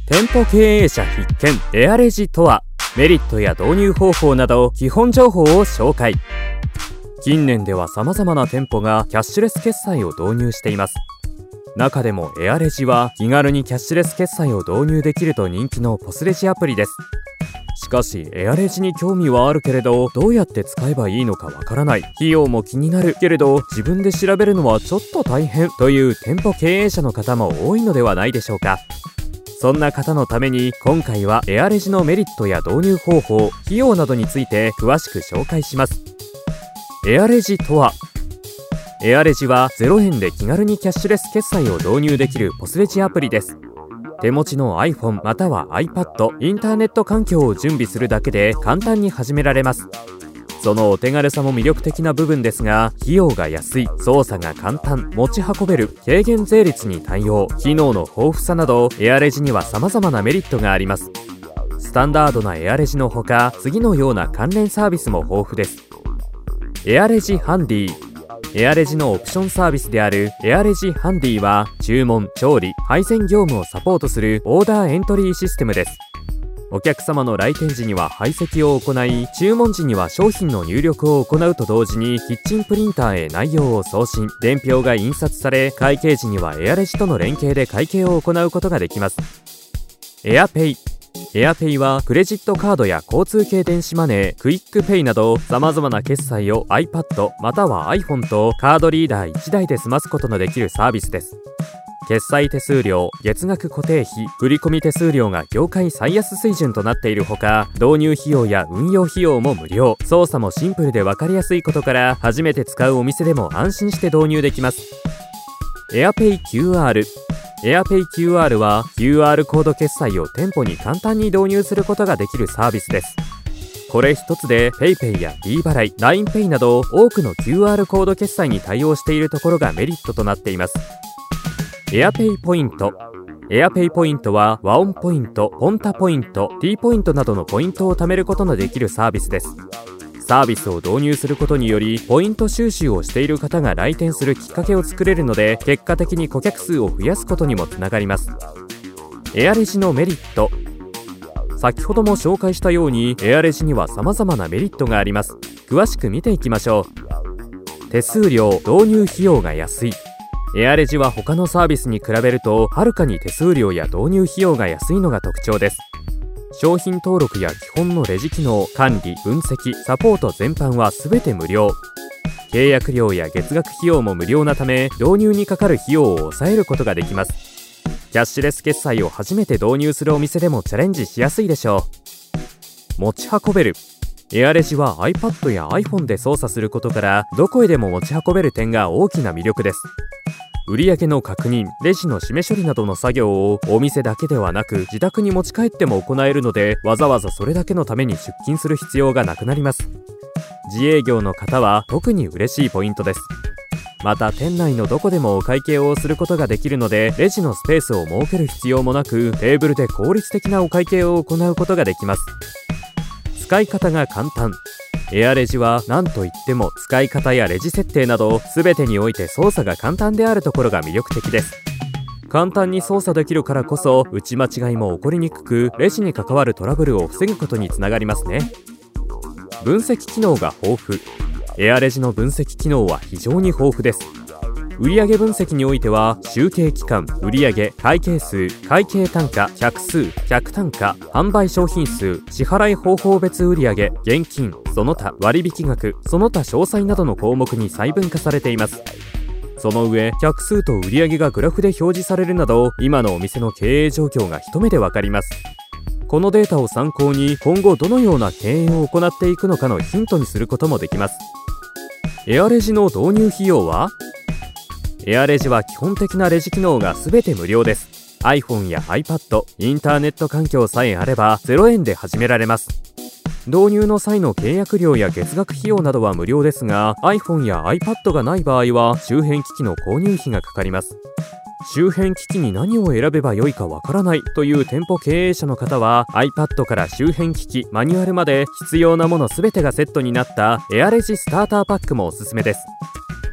店舗経営者必見エアレジとは、メリットや導入方法など基本情報を紹介。近年では様々な店舗がキャッシュレス決済を導入しています。中でもエアレジは気軽にキャッシュレス決済を導入できると人気のポスレジアプリです。しかしエアレジに興味はあるけれど、どうやって使えばいいのかわからない、費用も気になるけれど自分で調べるのはちょっと大変という店舗経営者の方も多いのではないでしょうか。そんな方のために今回はエアレジのメリットや導入方法、費用などについて詳しく紹介します。エアレジとは、エアレジは0円で気軽にキャッシュレス決済を導入できるポスレジアプリです。手持ちの iPhone または iPad、インターネット環境を準備するだけで簡単に始められます。そのお手軽さも魅力的な部分ですが、費用が安い、操作が簡単、持ち運べる、軽減税率に対応、機能の豊富さなど、エアレジには様々なメリットがあります。スタンダードなエアレジのほか、次のような関連サービスも豊富です。エアレジハンディ。エアレジのオプションサービスであるエアレジハンディは、注文、調理、配膳業務をサポートするオーダーエントリーシステムです。お客様の来店時には配席を行い、注文時には商品の入力を行うと同時にキッチンプリンターへ内容を送信、伝票が印刷され、会計時にはエアレジとの連携で会計を行うことができます。エアペイ。エアペイはクレジットカードや交通系電子マネー、クイックペイなど様々な決済を iPad または iPhone とカードリーダー1台で済ますことのできるサービスです。決済手数料、月額固定費、振込手数料が業界最安水準となっているほか、導入費用や運用費用も無料、操作もシンプルで分かりやすいことから、初めて使うお店でも安心して導入できます。エアペイ QR。エアペイ QR は QR コード決済を店舗に簡単に導入することができるサービスです。これ一つで PayPay や D 払い、LINEPay など多くの QR コード決済に対応しているところがメリットとなっています。エアペイポイント。エアペイポイントは和音ポイント、ポンタポイント、T ポイントなどのポイントを貯めることのできるサービスです。サービスを導入することにより、ポイント収集をしている方が来店するきっかけを作れるので、結果的に顧客数を増やすことにもつながります。エアレジのメリット。先ほども紹介したように、エアレジには様々なメリットがあります。詳しく見ていきましょう。手数料、導入費用が安い。エアレジは他のサービスに比べるとはるかに手数料や導入費用が安いのが特徴です。商品登録や基本のレジ機能、管理、分析、サポート全般は全て無料。契約料や月額費用も無料なため、導入にかかる費用を抑えることができます。キャッシュレス決済を初めて導入するお店でもチャレンジしやすいでしょう。持ち運べる。エアレジは iPad や iPhone で操作することから、どこへでも持ち運べる点が大きな魅力です。売上の確認、レジの締め処理などの作業をお店だけではなく自宅に持ち帰っても行えるので、わざわざそれだけのために出勤する必要がなくなります。自営業の方は特に嬉しいポイントです。また店内のどこでもお会計をすることができるので、レジのスペースを設ける必要もなく、テーブルで効率的なお会計を行うことができます。使い方が簡単。エアレジは何といっても使い方やレジ設定など全てにおいて操作が簡単であるところが魅力的です。簡単に操作できるからこそ打ち間違いも起こりにくく、レジに関わるトラブルを防ぐことにつながりますね。分析機能が豊富。エアレジの分析機能は非常に豊富です。売上分析においては、集計期間、売上、会計数、会計単価、客数、客単価、販売商品数、支払い方法別売上、現金、その他割引額、その他詳細などの項目に細分化されています。その上、客数と売上がグラフで表示されるなど、今のお店の経営状況が一目でわかります。このデータを参考に、今後どのような経営を行っていくのかのヒントにすることもできます。エアレジの導入費用は？エアレジは基本的なレジ機能が全て無料です。iPhone や iPad、インターネット環境さえあれば0円で始められます。導入の際の契約料や月額費用などは無料ですが、 iPhone や iPad がない場合は周辺機器の購入費がかかります。周辺機器に何を選べばよいかわからないという店舗経営者の方は、 iPad から周辺機器、マニュアルまで必要なもの全てがセットになったエアレジスターターパックもおすすめです。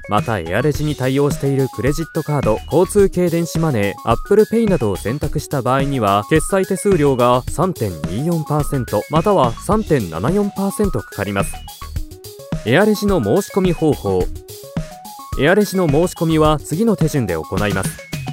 またエアレジに対応しているクレジットカード、交通系電子マネー、Apple Pay などを選択した場合には決済手数料が 3.24% または 3.74% かかります。エアレジの申し込み方法。エアレジの申し込みは次の手順で行います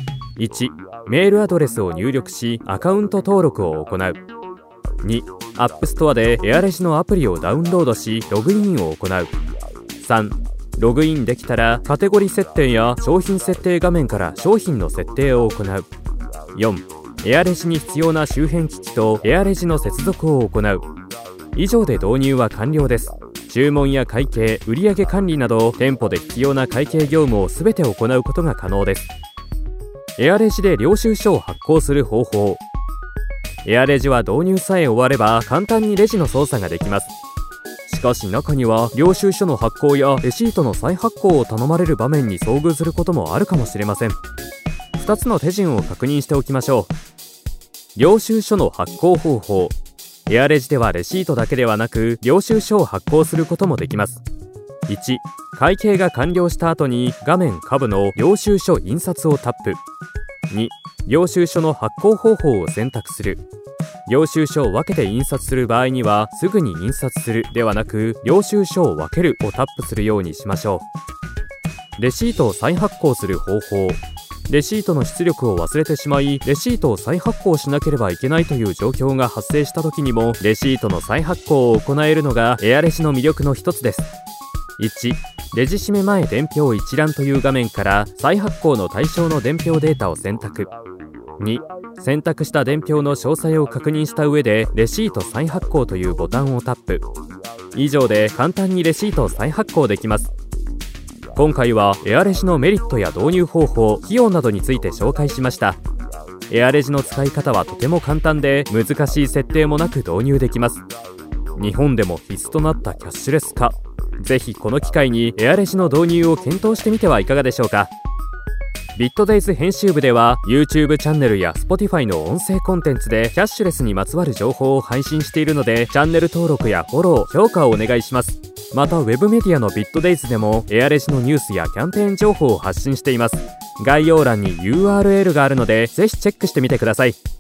。1、メールアドレスを入力しアカウント登録を行う。2、アップストアでエアレジのアプリをダウンロードしログインを行う。3、ログインできたらカテゴリ設定や商品設定画面から商品の設定を行う。4、エアレジに必要な周辺機器とエアレジの接続を行う。以上で導入は完了です。注文や会計、売上管理など店舗で必要な会計業務を全て行うことが可能です。エアレジで領収書を発行する方法。エアレジは導入さえ終われば簡単にレジの操作ができます。しかし中には領収書の発行やレシートの再発行を頼まれる場面に遭遇することもあるかもしれません。2つの手順を確認しておきましょう。領収書の発行方法。エアレジではレシートだけではなく領収書を発行することもできます。1、会計が完了した後に画面下部の領収書印刷をタップ。2、領収書の発行方法を選択する。領収書を分けて印刷する場合にはすぐに印刷するではなく領収書を分けるをタップするようにしましょう。レシートを再発行する方法。レシートの出力を忘れてしまいレシートを再発行しなければいけないという状況が発生した時にもレシートの再発行を行えるのがエアレジの魅力の一つです。1、レジ締め前伝票一覧という画面から再発行の対象の伝票データを選択。2、選択した伝票の詳細を確認した上でレシート再発行というボタンをタップ。以上で簡単にレシートを再発行できます。今回はエアレジのメリットや導入方法、費用などについて紹介しました。エアレジの使い方はとても簡単で難しい設定もなく導入できます。日本でも必須となったキャッシュレス化。ぜひこの機会にエアレジの導入を検討してみてはいかがでしょうか。ビットデイズ編集部では YouTube チャンネルや Spotify の音声コンテンツでキャッシュレスにまつわる情報を配信しているのでチャンネル登録やフォロー、評価をお願いします。またウェブメディアのビットデイズでもエアレジのニュースやキャンペーン情報を発信しています。概要欄に URL があるのでぜひチェックしてみてください。